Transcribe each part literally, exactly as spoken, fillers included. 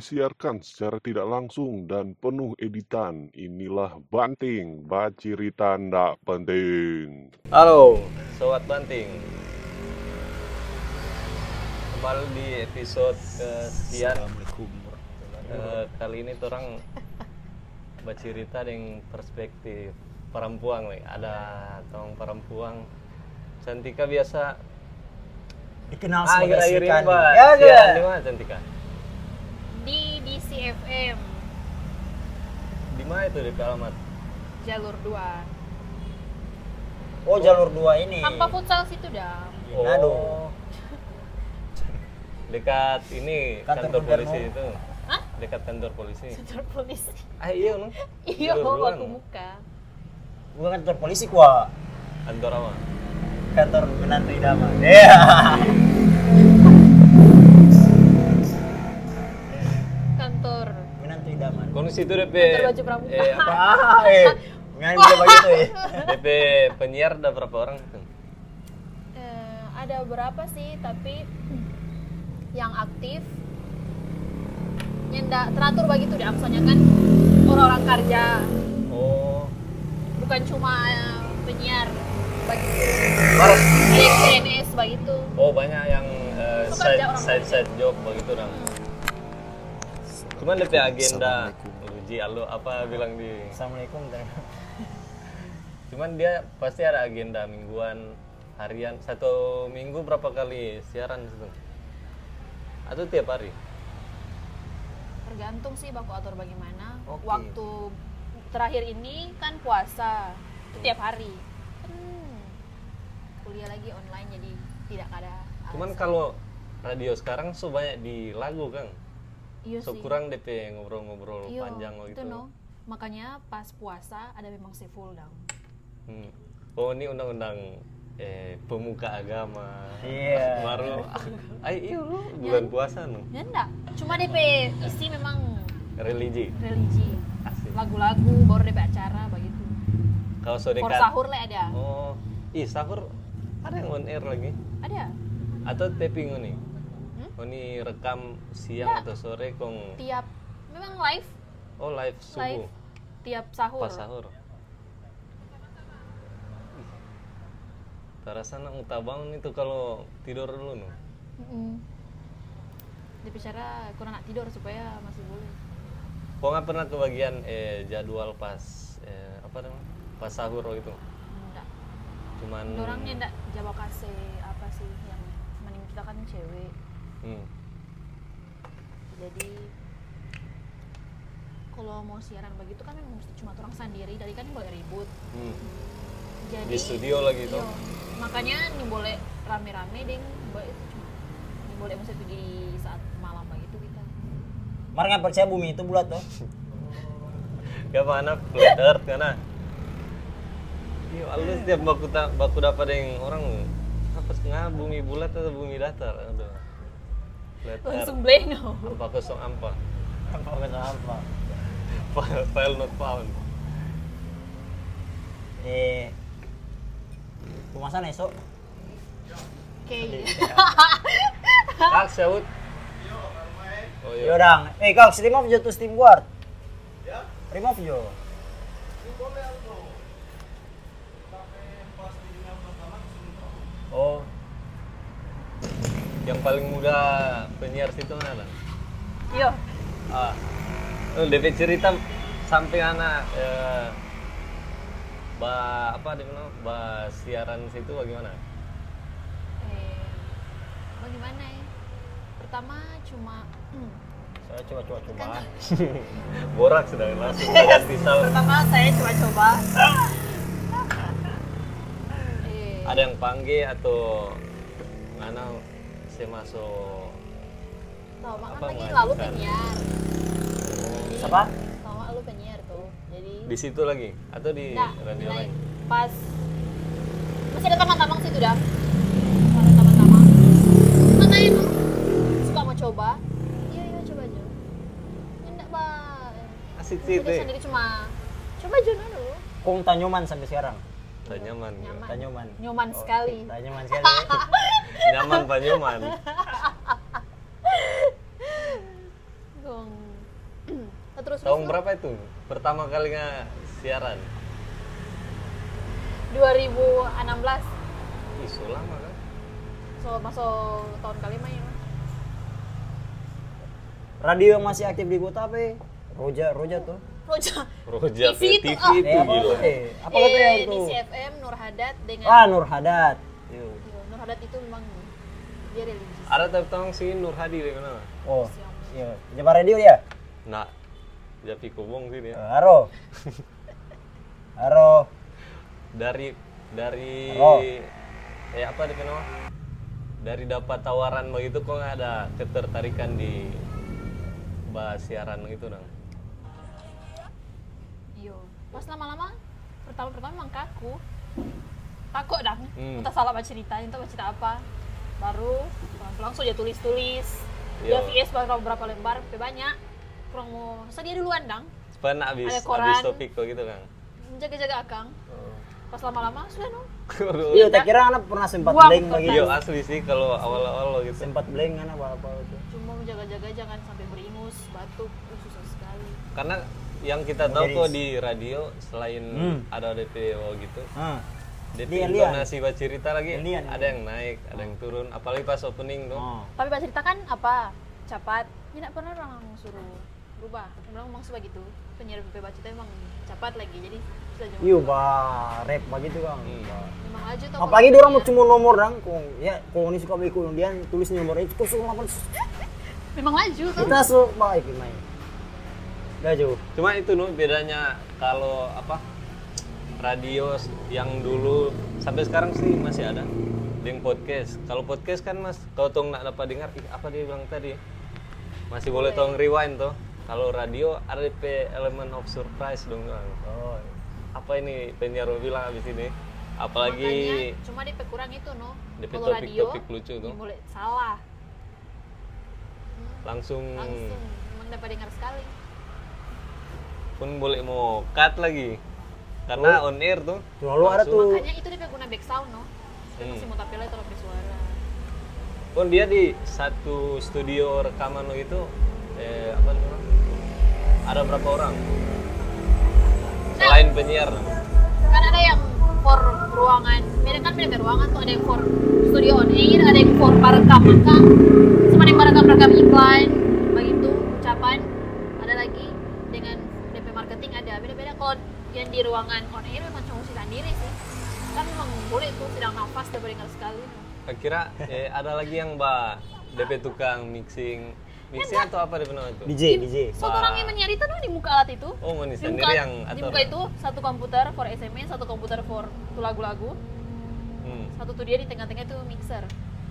disiarkan secara tidak langsung dan penuh editan. Inilah Banting, Bacirita Ndak Penting. Halo, Sobat Banting. Kembali di episode kesekian. Assalamualaikum Eh, kali ini orang bercerita dengan perspektif perempuan nih. Ada tong perempuan Cantika biasa dikenal sebagai akhir-akhir ini Srikandi. Mbak. Ya, Siaran ya. di mana Cantika? Di D C F M Di mana itu di alamat? jalur dua. Oh, jalur dua ini. Hampa futsal situ dah. Aduh. Dekat ini Kantor kantor polisi Bung itu. Hah? Dekat kantor polisi. Kantor polisi. Ah iya no. Iya, Jalur dua, aku no? muka. Bukan kantor polisi gua. Kantor apa? Kantor menantu idaman. Iya. Kantor. Menantu idaman. Kau situ D P. Kantor baju pramuka. Eh apa? Ah, eh. Main dia begitu ya. D P penyiar ada berapa orang? Eh, ada berapa sih, tapi yang aktif yang nggak teratur begitu deh, maksudnya kan orang-orang kerja, Oh. bukan cuma eh, penyiar begitu. Harus. Ada yang P N S begitu. Oh banyak yang uh, Pekerja side, orang side kerja. side job begitu dong. Cuman D P agenda. Uji alu apa bilang di. Assalamualaikum. Cuman dia pasti ada agenda mingguan, harian. Satu minggu berapa kali siaran situ? Atau tiap hari? Tergantung sih baku atur bagaimana. Oke. Waktu terakhir ini kan puasa tiap hari. Hmm, kuliah lagi online jadi tidak ada. Cuman alasan. kalau radio sekarang so banyak di lagu kan. iya So sih. kurang D P ngobrol-ngobrol Iya, panjang itu gitu. no. Makanya pas puasa ada memang si full down. Hmm. Oh ini undang-undang eh, pemuka agama. Iya. Baru. Ay iya lu bulan puasa no. Ya enggak, cuma D P isi memang Religi. religi, Asik. lagu-lagu, baru D P acara begitu. Kalau so For dekat. sahur lah ada. Oh, ih sahur ada yang on air lagi? Ada. Atau taping ini? Hmm? Oh ini rekam siang Nggak. atau sore kong. Tiap memang live, Oh live live subuh. tiap sahur. Pas sahur. Ih, terasa nak muta bangun itu kalau tidur dulu no. Mm-mm. D P acara kurang nak tidur supaya masih boleh. Kok nggak pernah kebagian eh, jadwal pas eh, apa namanya? Pas sahur gitu. Enggak. Cuman. Orangnya enggak jawab kasih apa sih yang mending kita kan cewek. Hmm. Jadi kalau mau siaran begitu kan memang mesti cuma orang sendiri, dari kan boleh ribut. Hmm. Jadi Di studio lagi tuh. iya. Makanya nih boleh rame-rame ding, boleh itu cuma nih boleh mesti itu di saat malam begitu kita. Mar nggak percaya bumi itu bulat tuh. Gak mana flat earth kana. Iya, alus setiap baku ta, baku dapat yang orang apa setengah bumi bulat atau bumi datar. Aduh. Flat earth. Langsung blengo. Apa kosong apa? Apa kata apa? File, file not found. Eh. Pemasan esok. Oke. Kak, saud. Oh Yo iya. dang. Eh, Kang, remove jo to Steam Guard. Ya? Remove jo. Oh. Yang paling muda penyiar situ mana? Yo. Ah. Oh, D P cerita sampai anak eh, ba apa di mana? Ba siaran situ bagaimana? Eh, bagaimana ya? Pertama cuma hmm, Saya coba-coba coba. Borak sudah langsung ganti sound. pertama saya coba-coba. eh, Ada yang panggil atau ngana saya masuk tahu mak apa, kan lagi mengajukan? lalu penyiar. Siapa? Tahu mak lu penyiar tuh. Jadi di situ lagi atau di Nggak, radio mulai lain? pas masih ada taman-taman situ dah. Ada taman-taman. Makanya tuh suka mau coba. Iya iya coba aja. Enggak bah. Asik Itu sih dia itu. sendiri cuma coba aja dulu. Kong tanyoman sampai sekarang. Tak nyaman. gitu. Nyaman. Tanyoman. Nyoman sekali. Tanyoman sekali. Nyaman Pak nyaman. Gong. terus Tahun berapa itu? Pertama kalinya siaran? dua ribu enam belas. Ih, so lama kan? So masuk tahun kelima ya. Radio yang masih aktif di kota apa? ya? Roja, Roja tuh. Roja. Roja T V T V itu, itu, ah. Eh, apa gila. tuh? Eh, apa kata yang Eh, itu? di C F M Nur Hadat dengan Ah, Nur Hadat. Yo. Iya, Nur Hadat itu memang dia religius. Ada tapi tong si Nur Hadi dari mana? Oh, iya. Jabar radio dia. Nah, Japi Kubong sih dia. Eh, Haro. Haro. Dari dari Oh. eh apa di nama? Dari dapat tawaran begitu kok nggak ada ketertarikan di bahas siaran gitu dong. Iya. Pas lama-lama pertama-pertama emang kaku. Takut dong. Hmm. Entah salah baca cerita, entah baca cerita apa. Baru langsung aja tulis-tulis. Iya. Dia V S baru berapa lembar, sampai banyak. Kurang mau, saya dia duluan dong. Pernah habis Ada koran. habis topik kok gitu kan. Menjaga-jaga akang. Pas lama-lama sudah no. Iya, tak kira anak pernah sempat Buang blank kertas. begitu. Iya asli sih kalau awal-awal gitu. Sempat blank kan apa apa itu. Cuma menjaga-jaga jangan sampai beringus, batuk, uh, susah sekali. Karena yang kita tahu Jadi- kok di radio selain Hmm. ada D P O gitu, Ah. D P Lian, lian. intonasi baca cerita lagi Lian. ada yang naik, ada yang turun, apalagi pas opening tuh. Oh. Tapi baca cerita kan apa? Cepat. Tidak pernah orang suruh berubah. Memang memang suka gitu. Penyiar B P baca cerita emang cepat lagi. Jadi sudah jauh. Iya, ba rap begitu kan. Hmm. Ba. Memang aja tuh. Apalagi kalau orang mau penyiar. cuma nomor dong, kong ya kalau ini suka begitu dia tulis nomor itu nol delapan. Memang laju tuh. Kita so baik main. Gak jauh. Cuma itu nuh bedanya kalau apa radio yang dulu sampai sekarang sih masih ada dengan podcast. Kalau podcast kan mas, kalau tong nak dapat dengar, ih, apa dia bilang tadi? Masih boleh tong rewind tuh. Kalau radio ada D P element of surprise dong Bang. Oh. Apa ini penyiar bilang abis ini? Apalagi Makanya cuma D P kurang itu no. D P Kalau radio topik-topik lucu tuh. ini boleh salah. langsung Langsung memang dapat dengar sekali. pun boleh mau cut lagi. Karena on air tuh. Lalu ada langsung. tuh Makanya itu D P guna back sound no. Saya Hmm. masih mau tapela itu lebih suara. Pun dia di satu studio rekaman lo itu eh apa namanya? Ada berapa orang? Selain penyiar. Kan ada yang for ruangan, beda kan beda ruangan tuh, ada yang for studio on air, ada yang for merekam kan, sama yang merekam rekam iklan, begitu ucapan, ada lagi dengan D P marketing ada beda-beda. Kalau yang di ruangan on air memang cuma usaha sendiri sih, kan memang boleh tuh sedang nafas dapat dengar sekali. Kira eh, ada lagi yang mbak D P tukang mixing, mixing atau apa D P namanya itu? D J, D J. So orang yang menyiar itu tuh di muka alat itu. Oh, Moni Di sendiri muka- yang di atur. muka itu satu komputer for S M S, satu komputer for tuh lagu-lagu, Hmm. satu tuh dia di tengah-tengah itu mixer.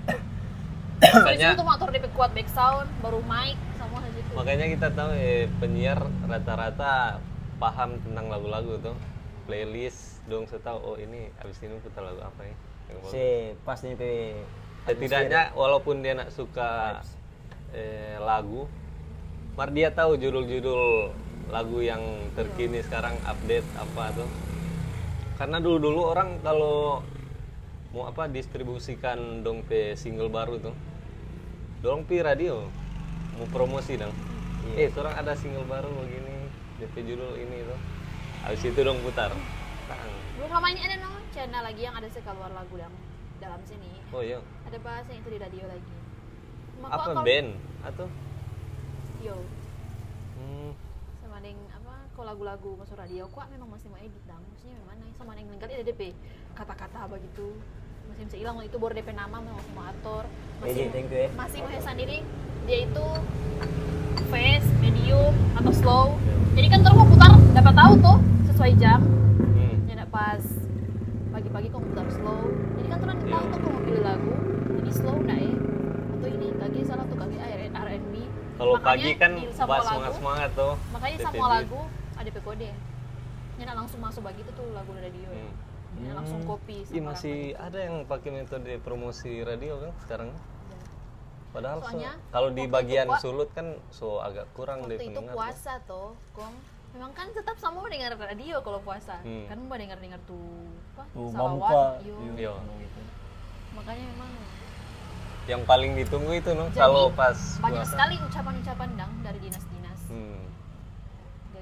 Makanya Itu tuh motor D P kuat back sound, baru mic, semua di situ. makanya kita tahu eh, penyiar rata-rata paham tentang lagu-lagu tuh, playlist dong setahu oh ini abis ini putar lagu apa ya yang bagus. Si pas nih pe Setidaknya walaupun dia nak suka eh, lagu, mar dia tahu judul-judul lagu yang terkini sekarang update apa tuh. Karena dulu-dulu orang kalau mau apa distribusikan dong pe single baru tuh, dong pi radio mau promosi dong. Eh, seorang ada single baru begini, D P judul ini tuh. Habis itu dong putar. Tang. Belum lama ini ada no channel lagi yang ada keluar lagu dalam dalam sini. Oh iya. Ada bahasa itu di radio lagi. Maka Apa kalau- band atau? Yo, Hmm. sama ada yang apa kalau lagu-lagu masuk radio kok memang masih mau edit dong. Maksudnya memang mana sama ada yang meninggal ada D P kata-kata begitu. Masih bisa hilang itu baru D P nama memang semua atur. Masih Edi, thank you ya. masih mau sendiri dia itu fast, medium atau slow. Jadi kan terus komputer dapat tahu tuh sesuai jam. Hmm. Jadi pas pagi-pagi komputer slow. Jadi kan terus Iya. tahu tuh kalau mau pilih lagu. Jadi slow enggak ya? Atau ini kaki salah tuh kaki R and B. Kalau Makanya pagi kan di semua bahas lagu- semangat-semangat tuh. Makanya D P semua beat. lagu ada P kode. Nyana langsung masuk begitu tuh lagu radio ya. Hmm. Nyana langsung copy sama Iya masih lagu. ada yang pakai metode promosi radio kan sekarang. Padahal so- Soalnya, kalau di waktu bagian itu, Pak, sulut kan so agak kurang deh Waktu itu pendengar. puasa tuh, Kong. Memang kan tetap sama mau dengar radio kalau puasa. Hmm. Kan mau dengar-dengar tuh apa? Tuh salawat. mamuka. Yo. Iya. Makanya memang Yang paling ditunggu itu no Jadi, kalau pas banyak puasa. sekali ucapan-ucapan dang dari dinas-dinas. Hmm.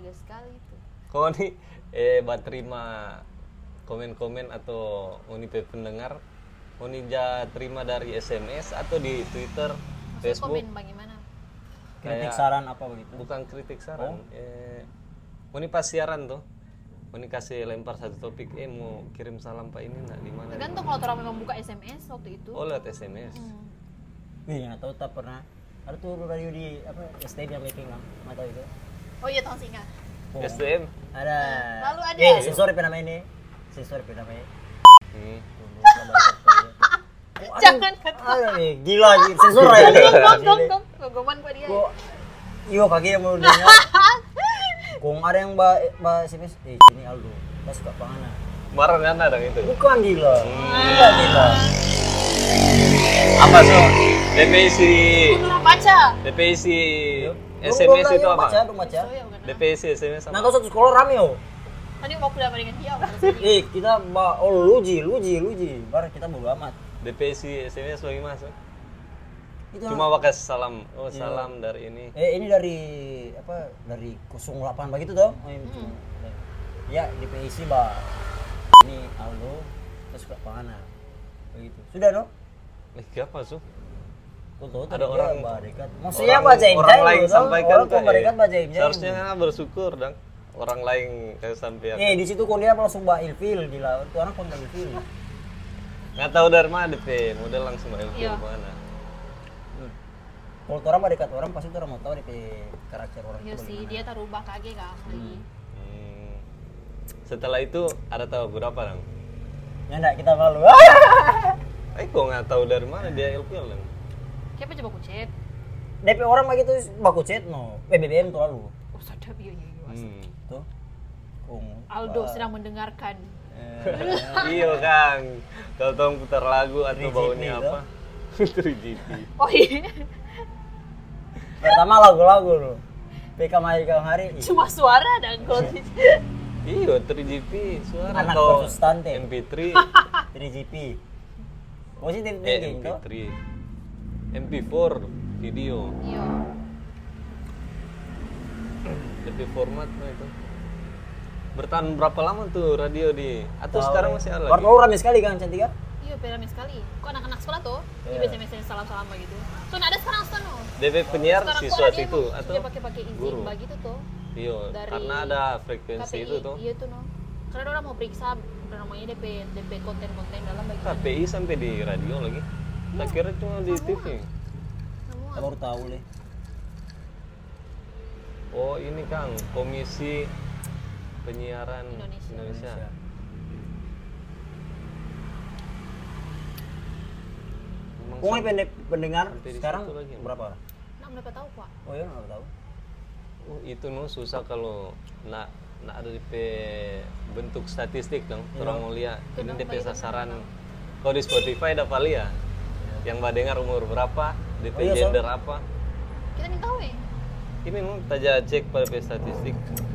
gila sekali itu. Kau nih eh buat terima komen-komen atau Uni pe pendengar, Uni ja terima dari S M S atau di Twitter, Maksudnya Facebook? komen bagaimana? Kritik Kayak- saran apa begitu? Bukan kritik saran. Oh. Eh, Uni pas siaran tuh, Uni kasih lempar satu topik, eh mau kirim salam Pak ini nak di mana? Tergantung kalau orang memang buka S M S waktu itu. Oh lewat S M S. Hmm. Wih, nggak tahu tak pernah. Ada tuh radio di apa S T M yang making lah, nggak tahu itu. Oh iya, tahu singa. Oh. S D M. Ada. Lalu ada. Eh, sensor apa namanya ini? Sensor apa namanya? Hmm. Oh, ada- Jangan kata. Ada nih, gila nih, sensor ya. Gong gong gong gong. Gogoman kok dia. Kok iyo kaki yang mau dengar. Kong ada yang ba ba S M S, eh ini Aldo, pas suka pangana. Marah kan ada itu. Bukan gila. Gila gila. Apa so? D P I si Menurut baca. D P I si S Dong, M dong, S itu dong, apa? Baca, dong baca. So ya bukan. D P I si S M S Nah, apa? kau satu sekolah rame yo. Tadi mau kuliah dengan dia. Eh, kita ba oh luji, luji, luji. Bar kita bodo amat. D P I si S M S bagaimana so? Itu Cuma pakai salam. Oh Iya. salam dari ini. eh ini dari apa? Dari nol delapan begitu toh. Oh, ini cuma- Ya, di P I C ba. Ini Aldo, terus suka pangana. Begitu. Sudah no? Eh apa so? Tuh, tuh, Ada tadi orang- dia ba dekat. Maksudnya Orang- baca jaim orang lain sampaikan orang kok ke- ba dekat baca jaim Seharusnya kan bersyukur dong. Orang lain kayak sampai Eh, di situ kok dia langsung ba ilfil gila. Itu orang kok ba ilfil. nggak tahu dari mana D P, model langsung main Iya. film mana. Kalau orang ba dekat orang pasti orang mau tahu D P karakter orang Iya itu sih, bagaimana. dia taruh ubah kage kan lagi. Hmm. Setelah itu ada tahu berapa dong? Ya enggak kita malu. Eh kok nggak tahu dari mana dia ilfil dong? Siapa coba ku chat? D P orang begitu baku chat no. P B B M tuh lalu. Oh, sadap iya iya. iya. Hmm. Tuh. Kong. Aldo sedang mendengarkan. Iya Kang, kalau tahu putar lagu atau tiga G P baunya itu. apa? tiga G P. Oh iya. Pertama lagu-lagu lo. P K Mahir Kang Hari. ih, Cuma suara dan kalau Iya, tiga G P suara Anak atau versus tante. M P tiga. tiga G P. Positif eh thinking M P tuh. tiga. M P empat video. Iya. Lebih format mah itu. Bertahan berapa lama tuh radio di atau sekarang masih ada lagi? Baru rame sekali kan Cantika? Iya, rame sekali. Kok anak-anak sekolah tuh, Iya. dia biasa-biasa salam-salam begitu. Tuh nggak ada sekarang sono. D P penyiar Sekarang siswa kok ada situ emang atau dia pakai-pakai izin guru? begitu tuh. Iya, Dari karena ada frekuensi K P I, itu tuh. Iya tuh no. Karena orang mau periksa namanya D P D P konten-konten dalam K bagaimana. P I sampai di radio lagi. Tak kira cuma di T V. Semua. Kita baru tahu deh. Oh ini Kang, Komisi Penyiaran Indonesia. Indonesia. Memang Kong ini pendek pendengar Sampai di sekarang situ lagi. berapa? Nah, mereka tahu Pak. Oh iya nggak tahu. Oh, itu no susah kalau nak nak ada D P bentuk statistik dong. Iya. Orang mau lihat ini Kenapa D P itu? sasaran. Kalau di Spotify dapat lihat. Yang mbak dengar umur berapa, D P Oh, iya, so. gender apa. Kita minta tahu ya. Ini mau taja cek pada D P statistik.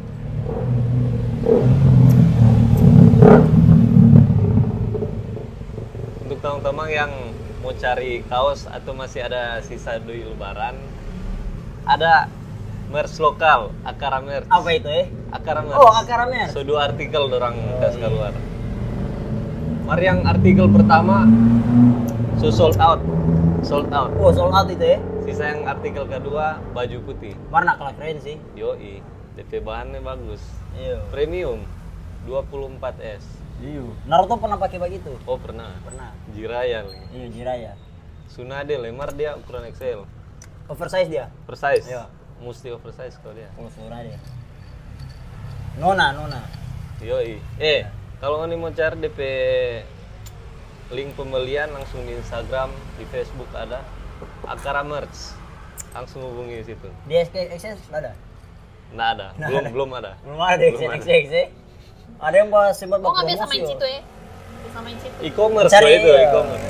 Untuk teman-teman yang mau cari kaos atau masih ada sisa duit lebaran, ada merch lokal, Akara Merch. Apa itu eh? Akara Merch. Oh, Akara Merch. So dua artikel dorang kasih iya. keluar. Mari yang artikel pertama, so sold out, sold out. Oh sold out itu eh? Sisa yang artikel kedua, baju putih. Warna kalah keren sih. Yoi, D P bahannya bagus. Iya. Premium, dua puluh empat S. Iya. Naruto pernah pakai begitu? Oh pernah. Pernah. Jiraya lagi. Iya Jiraya. Tsunade lemar dia ukuran X L. Oversize dia. Oversize. Iya. Mesti oversize kalau dia. Oh surah dia. Nona Nona. Yoi. Eh, kalau ini mau cari D P link pembelian langsung di Instagram, di Facebook ada Akara Merch. Langsung hubungi di situ. Di S K X S ada? Nggak ada. Nggak belum ada. belum ada. Belum ada di X Belum S ada. X S. Ada yang bahas sempat Oh nggak biasa berpromosi, main oh. situ ya? Biasa main situ. E-commerce Cari, loh itu iya. e-commerce.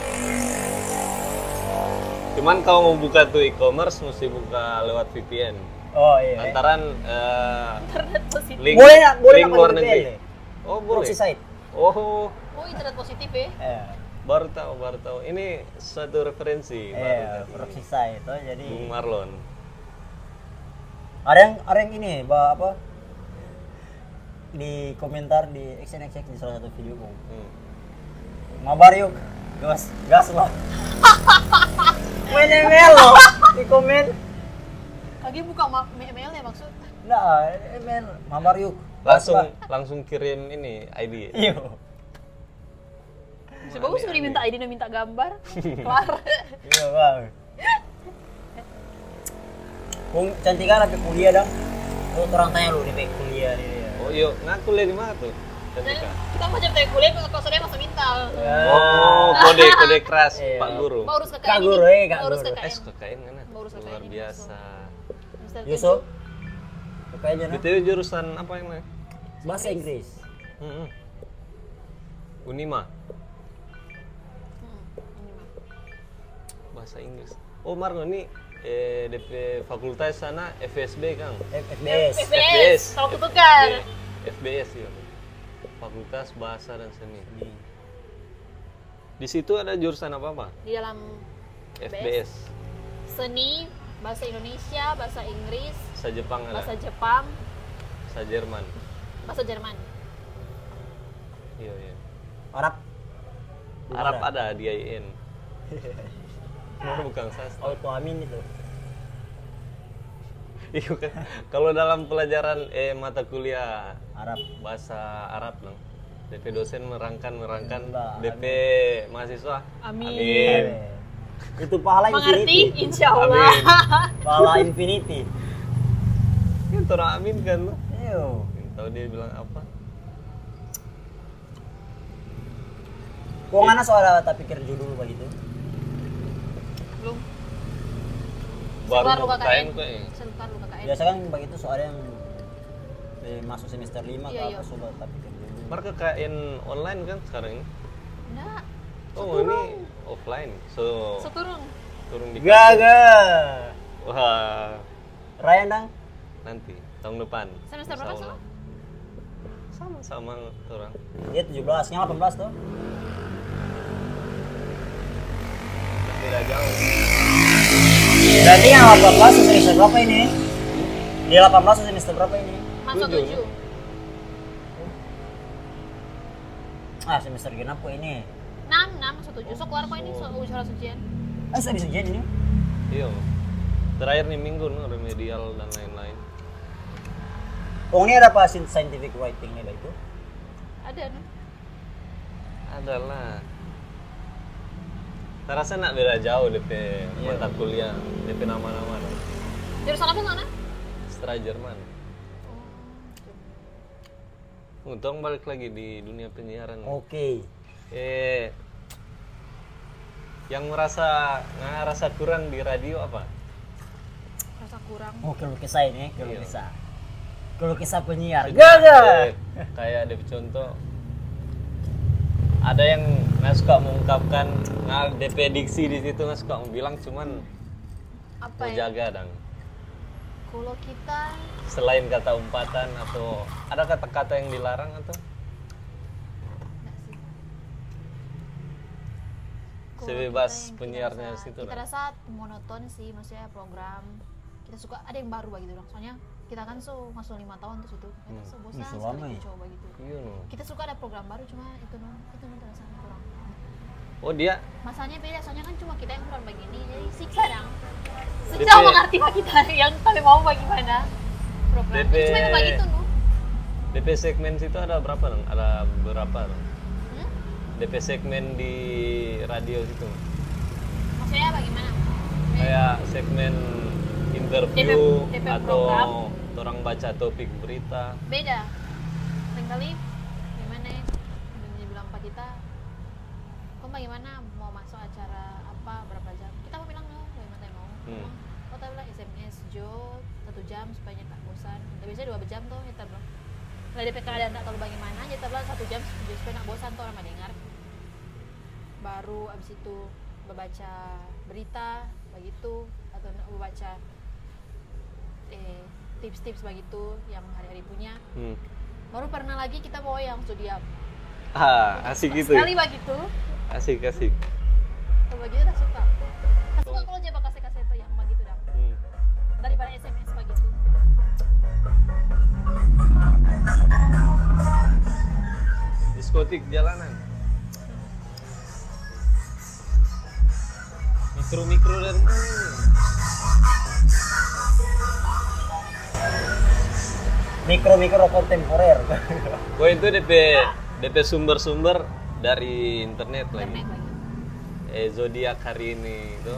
Cuman kalau mau buka tuh e-commerce mesti buka lewat V P N. Oh iya. Lantaran eh, Internet positif. link, Boleh nggak? Boleh link nggak luar pakai negeri. V P N? Oh boleh. Proxy site. Oh Oh internet positif ya? Iya. baru tahu baru tahu. Ini suatu referensi baru Iya, tadi. proxy site. Oh jadi Bung Marlon. ada yang ada yang ini, bah, apa? di komentar di X N X X di salah satu video ku. Hmm. Mabar yuk, gas, gas lo. Main M L lo di komen. Kagi buka ma- email ya maksud? Nah, M L, mabar yuk. Langsung Gas, langsung kirim ini I D. Pak. Iyo. Sebagus udah minta I D dan minta gambar. Kelar. Iya bang. Kung cantikan tapi kuliah dong. Lu orang tanya lu di P kuliah dia. Oh iya, ngaku kuliah di mana tuh? Dan Cantika. kita macam tadi kuliah ke kosannya masa mintal. Oh, kode kode keras Iya. Pak Guru. Mau urus K K N Kak ini. Guru, eh, Kak Mau urus Guru. K K N. Eh, K K N kan? Mau urus K K N Luar ini, biasa. Mister Yusuf. Apa aja B nah? T W jurusan apa yang lain? Bahasa Inggris. Hmm. Unima. Hmm, ini mah. Bahasa Inggris. Oh, Margo ini eh D P fakultas sana F S B Kang. F B S. F B S. Kalau kutukan. F B S ya. Fakultas Bahasa dan Seni. Di situ ada jurusan apa apa? Di dalam F B S. seni, bahasa Indonesia, bahasa Inggris, Bahasa Jepang ada. bahasa Jepang, Bahasa Jerman. bahasa Jerman. Iya, iya. Arab. Arab ada di I N. Bukan sastra. Auto amin itu. Iya kan. Kalau dalam pelajaran eh mata kuliah Arab. bahasa Arab dong. D P dosen merangkan merangkan Enggak, D P mahasiswa. Amin. Amin. Itu pahala Mengerti? infinity. Insya Allah. Amin. Pahala infinity. Kan orang amin kan lo. Iyo. Tahu dia bilang apa? Kok ngana soal tak pikir judul begitu? Belum. Baru Sekelar mau lu K K N. K K N kok ya. Sekelar lu K K N. Biasa kan begitu soalnya yang eh, masuk semester lima Iya, ke iya. apa coba tak pikir judul. Mereka K K N online kan sekarang ini. Enggak. Oh, ini offline. So, Seturun. turun di Gaga. Wah, Ryan dang. nanti tahun depan. Semester Insya berapa Allah. Sama-sama orang. Dia tujuh belas, yang delapan belas tuh. Beda jauh. Berarti yang delapan belas semester berapa ini? Dia delapan belas semester berapa ini? Masuk Tujuh, tujuh. Ah, semester genap kok ini. Enam, enam masuk tujuh. So kelar kok ini so ujian ujian. Eh, sudah bisa ujian ini. Iya. Terakhir nih minggu nih remedial dan lain-lain. Oh, ini ada apa scientific writing nih itu? Ada no? Adalah. Terasa nak beda jauh D P Iya. mata kuliah, D P nama-nama. dong. Jurusan apa sana? Setelah Jerman. Untung balik lagi di dunia penyiaran. Oke. Eh, yang merasa ngerasa kurang di radio apa? Rasa kurang. Oh, keluh kesah ini, keluh Iya. kesah. Keluh kesah penyiar. Eh, Gaga. kayak ada contoh. Ada yang nggak suka mengungkapkan, nah D P diksi di situ nggak suka bilang, cuman Apa mau ya? jaga dong. Kalau kita Selain kata umpatan atau ada kata-kata yang dilarang atau enggak sih. Kalau sebebas kita yang penyiarnya kita situ rasa- Kita dong. rasa monoton sih, maksudnya program. Kita suka ada yang baru begitu dong. Soalnya kita kan so masuk lima tahun terus itu. Kita so bosan Ih, so sekali lama ya? coba gitu. Iya no. Kita suka ada program baru cuma itu dong. Itu dong terasa kurang. Oh dia Masanya beda, soalnya kan cuma kita yang kurang begini, jadi siksa dong. D P Siksa mengerti pak kita yang kami mau bagaimana program. D P Jadi cuma itu begitu no. D P segmen situ ada berapa dong? Ada berapa dong? Hmm? D P segmen di radio situ. Maksudnya bagaimana? Kayak segmen interview D P D P atau program. orang baca topik berita. Beda. Lain kali gimana ya? Dia bilang pak kita, kok bagaimana mau masuk acara apa berapa jam? Kita mau bilang no, bagaimana yang mau? Hmm. Oh, kita bilang S M S Jo satu jam supaya tak bosan. Tapi biasanya dua jam tuh kita bilang. Kalau D P keadaan tak tahu bagaimana, kita bilang satu jam supaya nak bosan tuh orang mendengar. Baru abis itu membaca berita begitu atau nak membaca eh, tips-tips begitu yang hari-hari punya. Hmm. Baru pernah lagi kita bawa yang zodiak. Ah, asik gitu. Sekali begitu, Asik asik. kalau begitu tak suka. Tak suka kalau jawab kasih-kasih itu yang begitu dah. Hmm. Daripada S M S begitu. diskotik jalanan. Mikro-mikro dari mana ini? Mikro-mikro kontemporer. Wah itu D P D P sumber-sumber dari internet lagi. Internet lagi. Eh zodiak hari ini itu.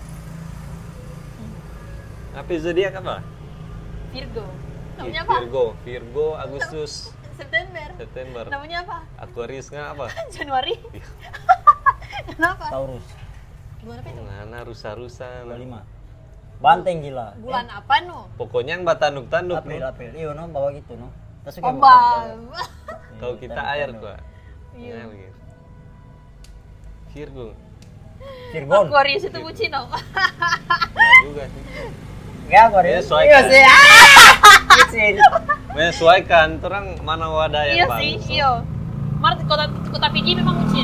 Apa zodiak apa? Virgo. Ih, Namanya apa? Virgo, Virgo Agustus September. September. Namanya apa? Aquarius nggak apa? Januari. Iya. Kenapa? Taurus Bulan apa itu? Ngana rusa-rusa. dua puluh lima. Banteng gila. Bulan apa no? Pokoknya yang batanduk-tanduk. April, no. April. Iya no, bawa gitu no. Kita suka Ombak. bawa- Kalau Iya, kita tanduk-tanduk. air kok. Iya. Nah, begitu. Virgo. Virgon. Aquarius itu bucin no? Nah juga sih. Enggak, Aquarius. Menyesuaikan. Iya sih. Ah! Bucin. Menyesuaikan, orang mana wadah yang Iya bagus. sih, iya. Mar kota kota Pigi memang bucin.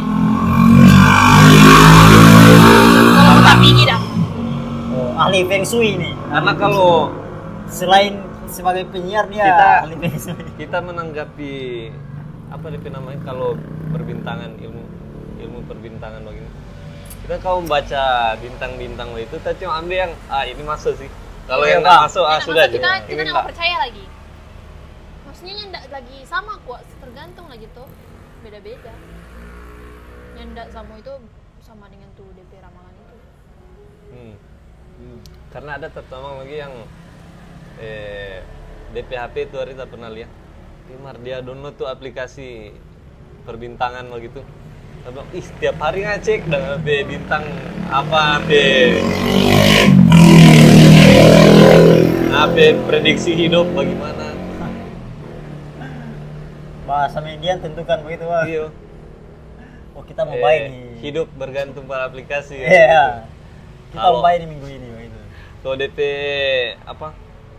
Kalau kota Pigi dah. Oh, ahli feng shui nih. Karena kalau Selain sebagai penyiar dia Kita- ahli feng shui. kita menanggapi apa D P namanya kalau perbintangan ilmu ilmu perbintangan begini, kita kalau membaca bintang-bintang itu kita cuma ambil yang ah ini masuk sih. Kalau Iya, yang nggak Bang. masuk ah Nah, sudah masa kita juga. kita Ini nggak nggak. percaya lagi. Maksudnya nyendak lagi sama kok, tergantung lagi tuh. Beda-beda. Nyendak sama itu sama dengan tuh D P ramalan itu. Hmm. Hmm. Karena ada terutama lagi yang eh, D P H P itu hari tak pernah lihat. Timar dia download tuh aplikasi perbintangan begitu. Saya bilang, ih setiap hari ngecek dengan H P bintang apa H P H P prediksi hidup bagaimana. Bahasa median tentukan begitu, Bang. Iya. Oh, kita mau Eh, baik nih. hidup bergantung pada aplikasi. Iya. gitu. Kita Kalau- mau baik nih minggu ini begitu. Kalau D P apa?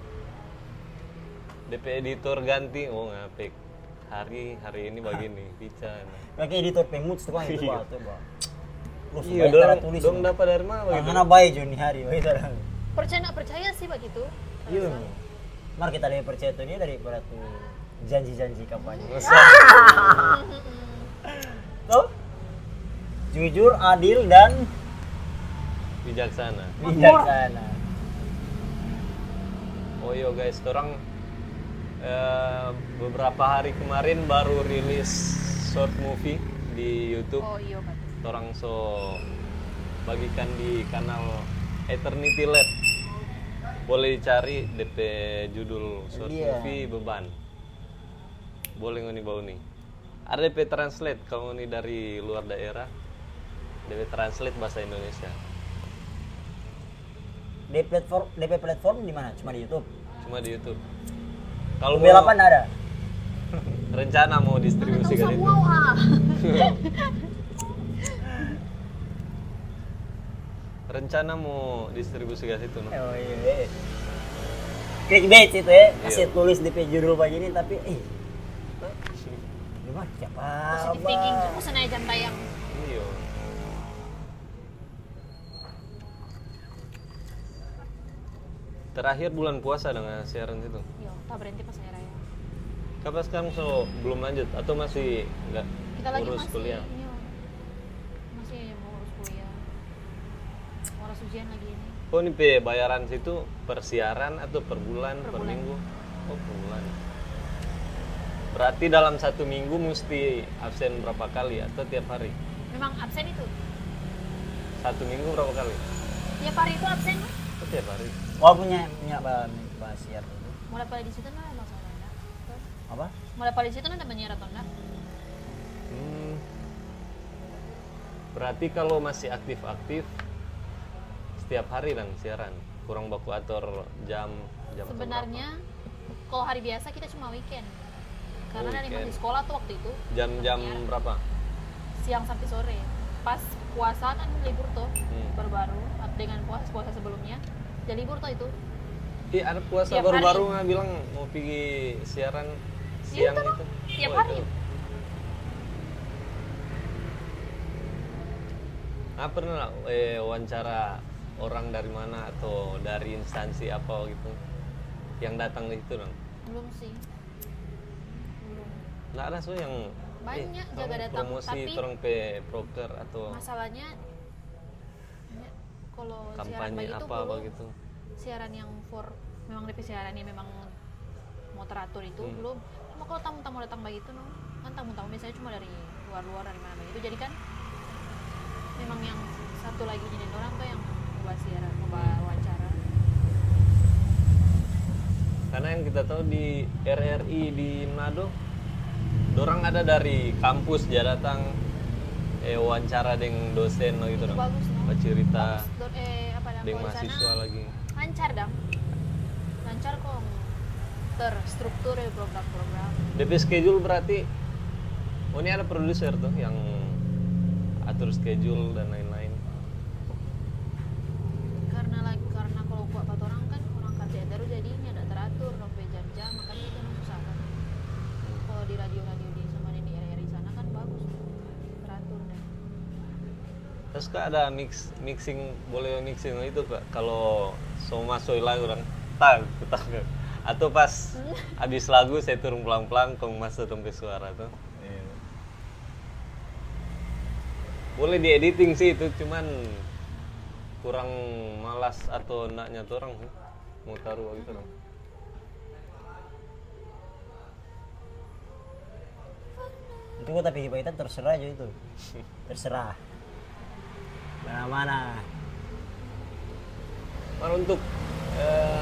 D P editor ganti, oh ngapik. Hari hari ini begini, bicara. Pakai editor pengut tuh Bang itu, Iya. Bang. Coba. Lu Iya supaya tanda dong, tulis. dong dapat dari mana begitu? Mana baik Joni hari begitu. Percaya nggak percaya sih begitu. Iya. Mari kita lebih percaya tuh dia daripada tuh janji-janji kampanye. Masa? Tuh. Jujur, adil dan Bijaksana. bijaksana. Oh iya guys, orang eh, beberapa hari kemarin baru rilis short movie di YouTube. Oh iya kan. Orang so bagikan di kanal Eternity Lab. Boleh dicari D P judul short Iya. movie Beban. Boleh ngoni bau nih. Ada D P translate kalau ngoni dari luar daerah. D P translate bahasa Indonesia. Di platform D P platform di mana? Cuma di YouTube. Cuma di YouTube. Kalau Mobil mau apa nggak ada? rencana mau distribusi Tahu kan itu. semua ah. Rencana mau distribusi ke situ no. Oh iya. Clickbait itu ya, Iya. kasih tulis D P judul begini tapi eh gimana siapa? Positive thinking tuh pesan aja jam tayang. Iya. Terakhir bulan puasa dengan siaran itu. Yo, tak berhenti pas hari raya. Kapan sekarang so belum lanjut atau masih nggak Kita lagi urus masih kuliah? iya. Masih mau urus kuliah. Urus ujian lagi ini. Oh ini Pe, bayaran situ per siaran atau per bulan, per, Per bulan. minggu? Oh per bulan. Berarti dalam satu minggu mesti absen berapa kali atau tiap hari? Memang absen itu. Satu minggu berapa kali? Tiap hari itu absen kan? Oh tiap hari. Wah punya punya bah bahas siar itu. Mulai pada di situ nggak masalah enggak. Apa? Mulai pada di situ nanti menyiar atau enggak? Hmm. Berarti kalau masih aktif-aktif setiap hari dong siaran. Kurang baku atur jam jam atau Sebenarnya kalau hari biasa kita cuma weekend. Karena Oh, dari weekend. masih sekolah tuh waktu itu berapa? Jam-jam Menyiar. berapa? siang sampai sore. Pas puasa kan libur tuh Hmm. baru-baru dengan puasa puasa sebelumnya. Jadi libur tuh itu. Ih, ada puasa Tiap baru-baru hari. nggak bilang mau pergi siaran Iya, siang itu itu. tiap Oh, hari. itu. Nah, pernah nggak, eh, wawancara orang dari mana atau dari instansi apa gitu yang datang ke situ dong? Belum sih. Belum. Nggak ada so yang banyak Eh, jaga orang datang, promosi tapi orang pe broker atau masalahnya ya, kalau siaran kampanye begitu apa kalau begitu. siaran yang for memang D P siarannya memang mau teratur itu Hmm. belum. Cuma kalau tamu-tamu datang begitu no, kan tamu-tamu biasanya cuma dari luar-luar dari mana begitu. Jadi kan memang yang satu lagi jadi orang tuh yang membuat siaran, membawa wawancara. Karena yang kita tahu di R R I di Manado, dorang ada dari kampus dia datang eh, wawancara dengan dosen gitu Itu dong. bagus no. Cerita Bagus, do- eh apa dah, dengan kalau di sana mahasiswa lagi. lancar dong. Lancar kok terstruktur ya program-program. D P schedule berarti oh ini ada produser tuh yang atur schedule dan lain-lain. Karena lagi karena kalau buat empat orang kan orang kerja terus jadinya ada teratur sampai jam-jam, makanya itu yang susah kan. Kalau di radio-radio di sama di R R I sana kan bagus teratur deh. Terus kak ada mix mixing boleh mixing itu kak kalau sama soy lagu orang tak tak atau pas habis lagu saya turun pelan-pelan kong masuk tempat suara tuh. Boleh di editing sih itu cuman kurang malas atau naknya tuh orang sih mau taruh gitu dong. Itu kok tapi kita terserah aja itu. Terserah. Mana-mana. Kalau untuk eh,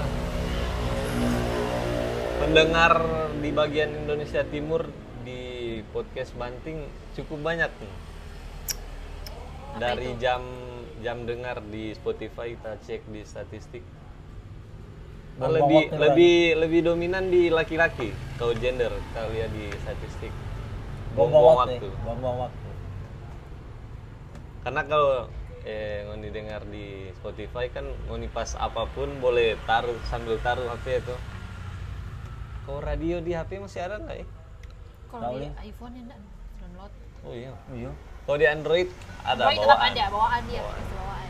pendengar di bagian Indonesia Timur di podcast Banting cukup banyak nih. Apa Dari itu? jam jam dengar di Spotify kita cek di statistik. Buang-buang lebih waktu lebih lebih dominan di laki-laki kalau gender kita lihat di statistik. Buang-buang Buang-buang waktu. waktu. ya, Buang-buang waktu. Karena kalau eh ngoni dengar di Spotify kan ngoni pas apapun boleh taruh sambil taruh H P itu. Kalau radio di H P masih ada nggak ya? Kalau Tahu di nih. iPhone ya enggak download. Oh iya. Iya. Kalau di Android ada Android tetap bawaan. ada bawaan dia, Bawaan. pasti bawaan.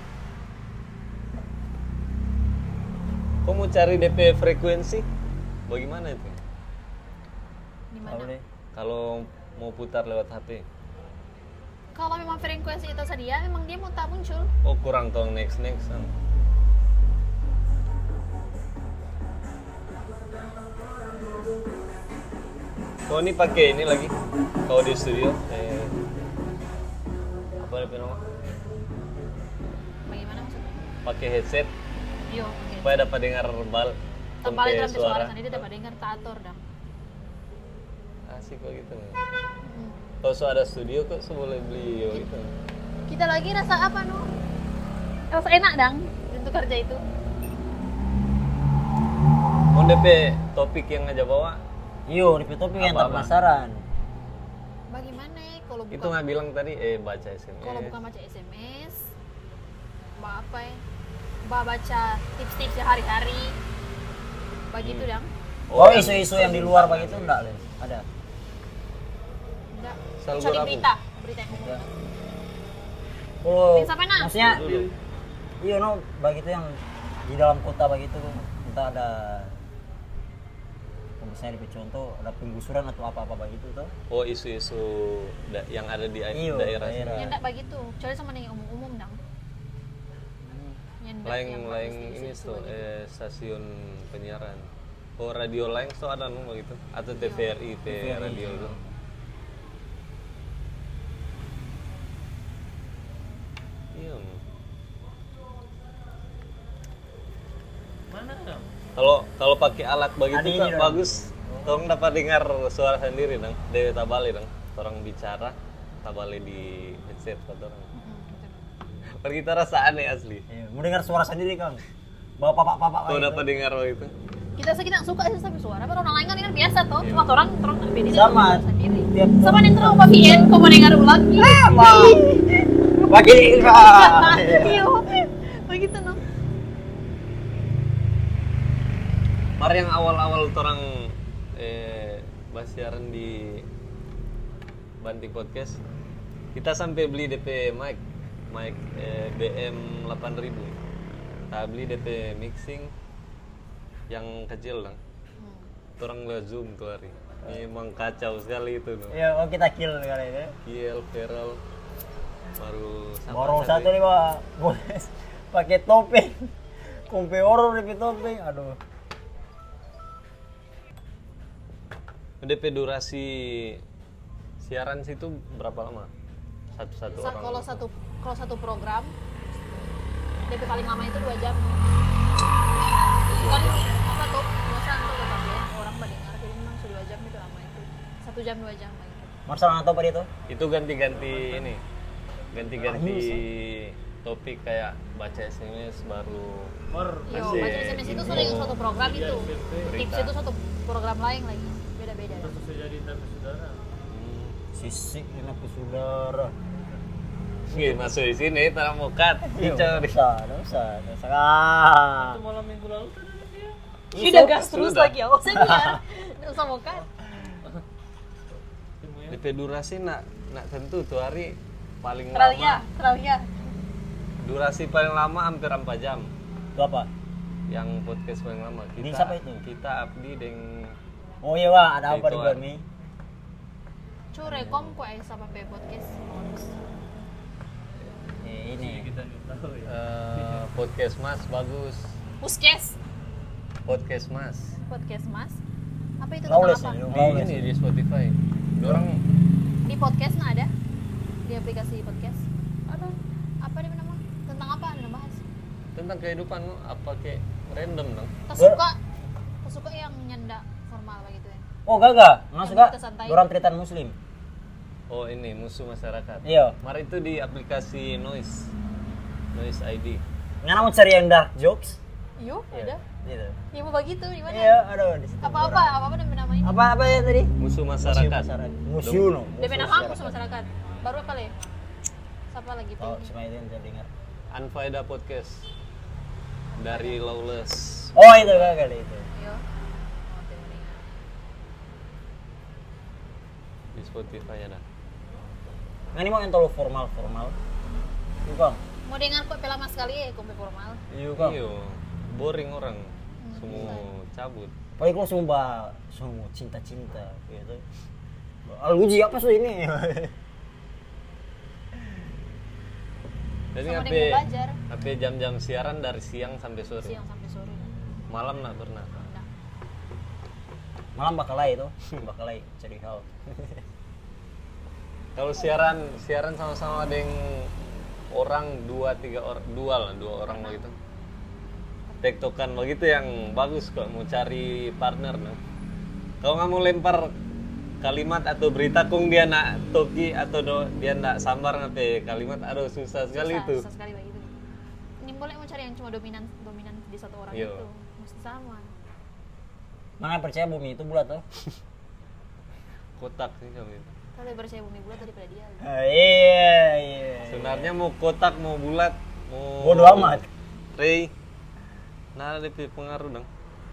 Kau mau cari D P frekuensi? Bagaimana itu? Di Tahu mana? deh. Kalau mau putar lewat H P? Kalau memang frekuensi itu sedia, memang dia mau tak muncul. Oh kurang tong next next. Kan. Kau ini pakai ini lagi? Kau di studio? Eh, apa nama? Bagaimana maksudnya? Pakai headset Yo, oke. supaya dapat dengar bal. Tambah tempe dalam suara sendiri dapat dengar tator dah. Asik kok gitu. Hmm. Kalau so ada studio kok so boleh beli yo gitu. Kita lagi rasa apa no? Rasa enak dang untuk kerja itu. Mau D P topik yang aja bawa? Iyo, di topik yang Apa-apa? penasaran. Bagaimana kalau bukan Itu nggak bilang tadi eh baca S M S. kalau bukan baca S M S, mbak apa ya? Mbak baca tips-tips sehari-hari. Begitu Hmm. dang. Oh, yang isu-isu yang di luar begitu enggak, Les? Ada. Enggak. Selalu Kecuali berapa? berita, berita yang umum. Ya. Oh, Bisa apa, Nak? maksudnya Dulu. iya no, begitu yang di dalam kota begitu entah ada misalnya di contoh ada penggusuran atau apa-apa begitu tuh. Oh isu-isu da- yang ada di Iyo, daerah daerah. sini. Ya enggak begitu. Kecuali sama yang umum-umum dang. Yang ndak- Lain yang lain bagus ini isu-isu tuh begitu. eh, stasiun penyiaran. Oh radio lain tuh ada nung begitu atau T V R I T T V R I, radio iya. tuh. Iya. Mana? Kalau kalau pakai alat begitu Ada ini kak dong. bagus. Tolong dapat dengar suara sendiri dong. Dewi tabali dong. Orang bicara tabali di headset kata orang. Mm-mm, betul. Per kita rasa aneh asli. Iya, mau dengar suara sendiri, Kang. Bawa papak-papak Kau begitu. dapat dengar itu? Kita sih kita suka sih tapi suara, tapi orang lain kan dengar biasa toh. Cuma orang orang tak beda Sama. sendiri. Tiap Sama nih terus apa V N, kau mau dengar ulang? Sama. Bagi Kak. Iya, begitu no. Mar yang awal-awal orang eh bahas siaran di Banting Podcast, kita sampai beli D P mic, mic eh, B M delapan ribu. Kita beli D P mixing yang kecil lah. Hmm. Orang lewat Zoom tuh hari. Memang kacau sekali itu no. Ya, oh kita kill kali itu. Kiel, viral, baru sama Baru satu nih pak, boleh pakai topeng, kompe horor di topeng, aduh. D P durasi siaran situ berapa lama? Satu-satu Sa- orang. kalau satu kalau satu program D P paling lama itu dua jam. Kan apa tuh bosan tuh kata dia orang mendengar jadi memang sudah dua jam itu lama itu satu jam dua jam gitu. Marcel nggak tahu pada itu? Itu ganti-ganti ini, ganti-ganti topik kayak baca S M S baru. Yo, Masih. baca S M S itu sering satu program itu. Berita. Tips itu satu program lain lagi. Beda-beda. Hmm. Sisi ini aku saudara. Nggih, masuk di sini tanah mukat. Iya, Kicau di. dosa, dosa, dosa. Ah. Malam minggu lalu kan ada dia. Sudah gas terus Sudah. lagi. Oh, saya biar. Nggak usah mau kan. D P durasi nak nak tentu tuh hari paling Teralnya, lama. teralnya. Durasi paling lama hampir empat jam. Itu apa? Yang podcast paling lama kita. Ini siapa itu? Kita Abdi deng Oh iya pak, ada apa di Ituan. Bami? Cu rekom kok eh sama P podcast. Eh, ini. Kita nih tahu ya. eh, podcast Mas bagus. Puskes. Podcast Mas. Podcast Mas. Apa itu Lawless tentang ini, apa? Di lawless. ini di Spotify. Orang Di podcast nah ada? Di aplikasi podcast? Ada. Apa dia nama? Tentang apa anda bahas? tentang kehidupan lo, apa kayak random dong. Kesuka, kesuka yang nyenda formal begitu ya. Oh gagal, nggak Yang suka. kita santai. Orang tretan muslim. Oh ini musuh masyarakat. Iya. Mari itu di aplikasi Noise. Noise I D. Nggak mau cari yang dark jokes? Yuk, ada. Gitu. Ya mau begitu di mana? Iya, aduh di situ. Apa-apa, apa-apa nama ini? Apa apa ya tadi? Musuh masyarakat. Musuh. D P nama musuh masyarakat. Baru apa le? Siapa lagi tuh? Oh, cuma itu yang saya dengar. Unfaida Podcast dari Lawless. Oh itu gagal itu. Yo. Oh, dengerin. Di Spotify ada. Nggak ini mau yang terlalu formal formal. Iya bang. Mau dengar kok pelama sekali ya, kompe formal. Iya bang. Iyo, boring orang. Semua cabut. Paling kalau sumpah semua cinta cinta gitu. Aluji apa sih ini? Jadi Sama H P, dengan belajar. H P jam-jam siaran dari siang sampai sore. Siang sampai sore. Malam nak pernah. Nah, Malam bakalai itu, bakalai cari hal. Kalau siaran siaran sama-sama ada yang orang dua tiga orang dua lah dua orang begitu. Tektokan begitu yang bagus kok mau cari partner no. Kalau nggak mau lempar kalimat atau berita kung dia nak toki atau do, dia nak sambar ngape kalimat aduh susah sekali susah, itu. susah sekali begitu. Ini boleh mau cari yang cuma dominan dominan di satu orang Iya. itu. Mesti sama. Mana percaya bumi itu bulat tuh? Kotak sih kalau itu. Kalau percaya bumi bulat daripada dia. Ah, iya iya. Sebenarnya mau kotak mau bulat mau Bodo amat. Ray. Nah ada pengaruh dong.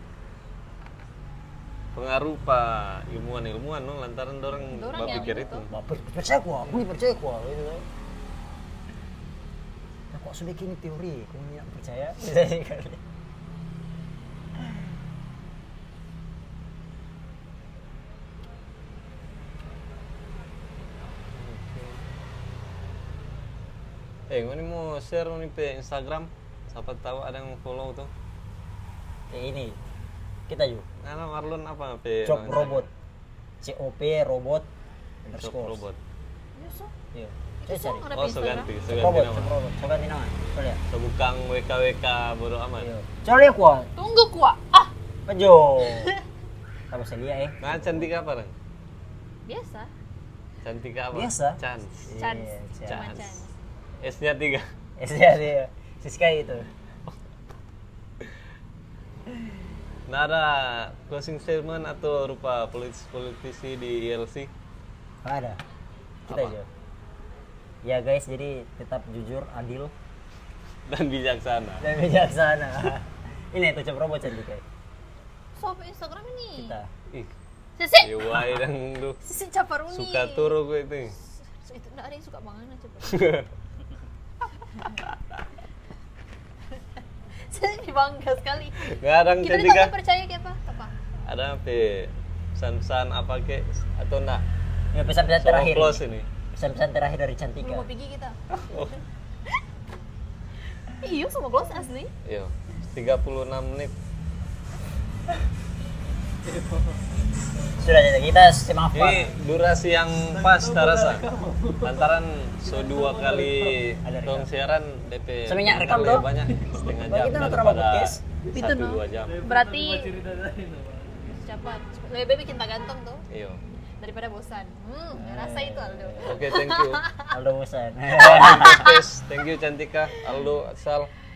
Pengaruh pak ilmuwan-ilmuwan no lantaran dorang Dorang yang pikir itu. itu. Bapak percaya gua, aku ini percaya gua gitu kan. Nah, kok sudah kini teori, kamu tidak percaya? Bisa kali. Eh, ini mau share nih pe Instagram. Siapa tahu ada yang follow tuh. Eh ini kita juga. Nah, Marlon apa pe? Cop nama robot. C O P robot Instagram? Cop underscore. robot. Ya, so. Iya. Itu Saya so, cari. ada Oh, di so Instagram. ganti, so Cop ganti robot, nama. cop robot. Coba ganti nama. Coba lihat. So bukan W K W K bodo amat. Iya. Coba lihat gua. Tunggu kuah. Ah, Pejo. Kamu saya lihat eh. Nah, cantik apa dong? biasa. Cantik apa? Biasa. Chance. Chance. Iya, Cuma Chance. chance. S-nya tiga. Eh saya dia. Siska itu. Nah, ada closing statement atau rupa politisi-politisi di I L C? Ada. Kita Apa? aja. Ya guys, jadi tetap jujur, adil, Dan bijaksana. dan bijaksana. Ini itu cop robot cantik kayak So, apa Instagram ini? kita. Ih, Sisi. Iwai dan lu Sisi Caparuni. suka turu gue itu. Itu enggak ada yang suka banget coba. Saya bangga sekali. Nggak ada yang Kita cantik ditanya ah. percaya kayak apa? Apa? Ada pe pesan-pesan apa ke atau enggak? Ya, pesan-pesan So, terakhir. close ini. Pesan-pesan terakhir dari Cantika. Belum mau pergi kita. Oh, Iya, semua close asli. iya. tiga puluh enam menit. Sudah Cantika, kita semaafkan. Ini durasi yang pas terasa. Lantaran so dua kali Ada tong rekam. siaran D P Seminyak rekam lebih tuh. banyak setengah Bagi jam kita nonton daripada podcast. Itu, satu no. dua jam. Berarti cerita dari itu. cepat. Lebih bikin tak ganteng tuh Iya. daripada bosan. Hmm, rasa itu Aldo. Oke, thank you. Aldo bosan. Podcast. Thank you Cantika, Aldo, Sal.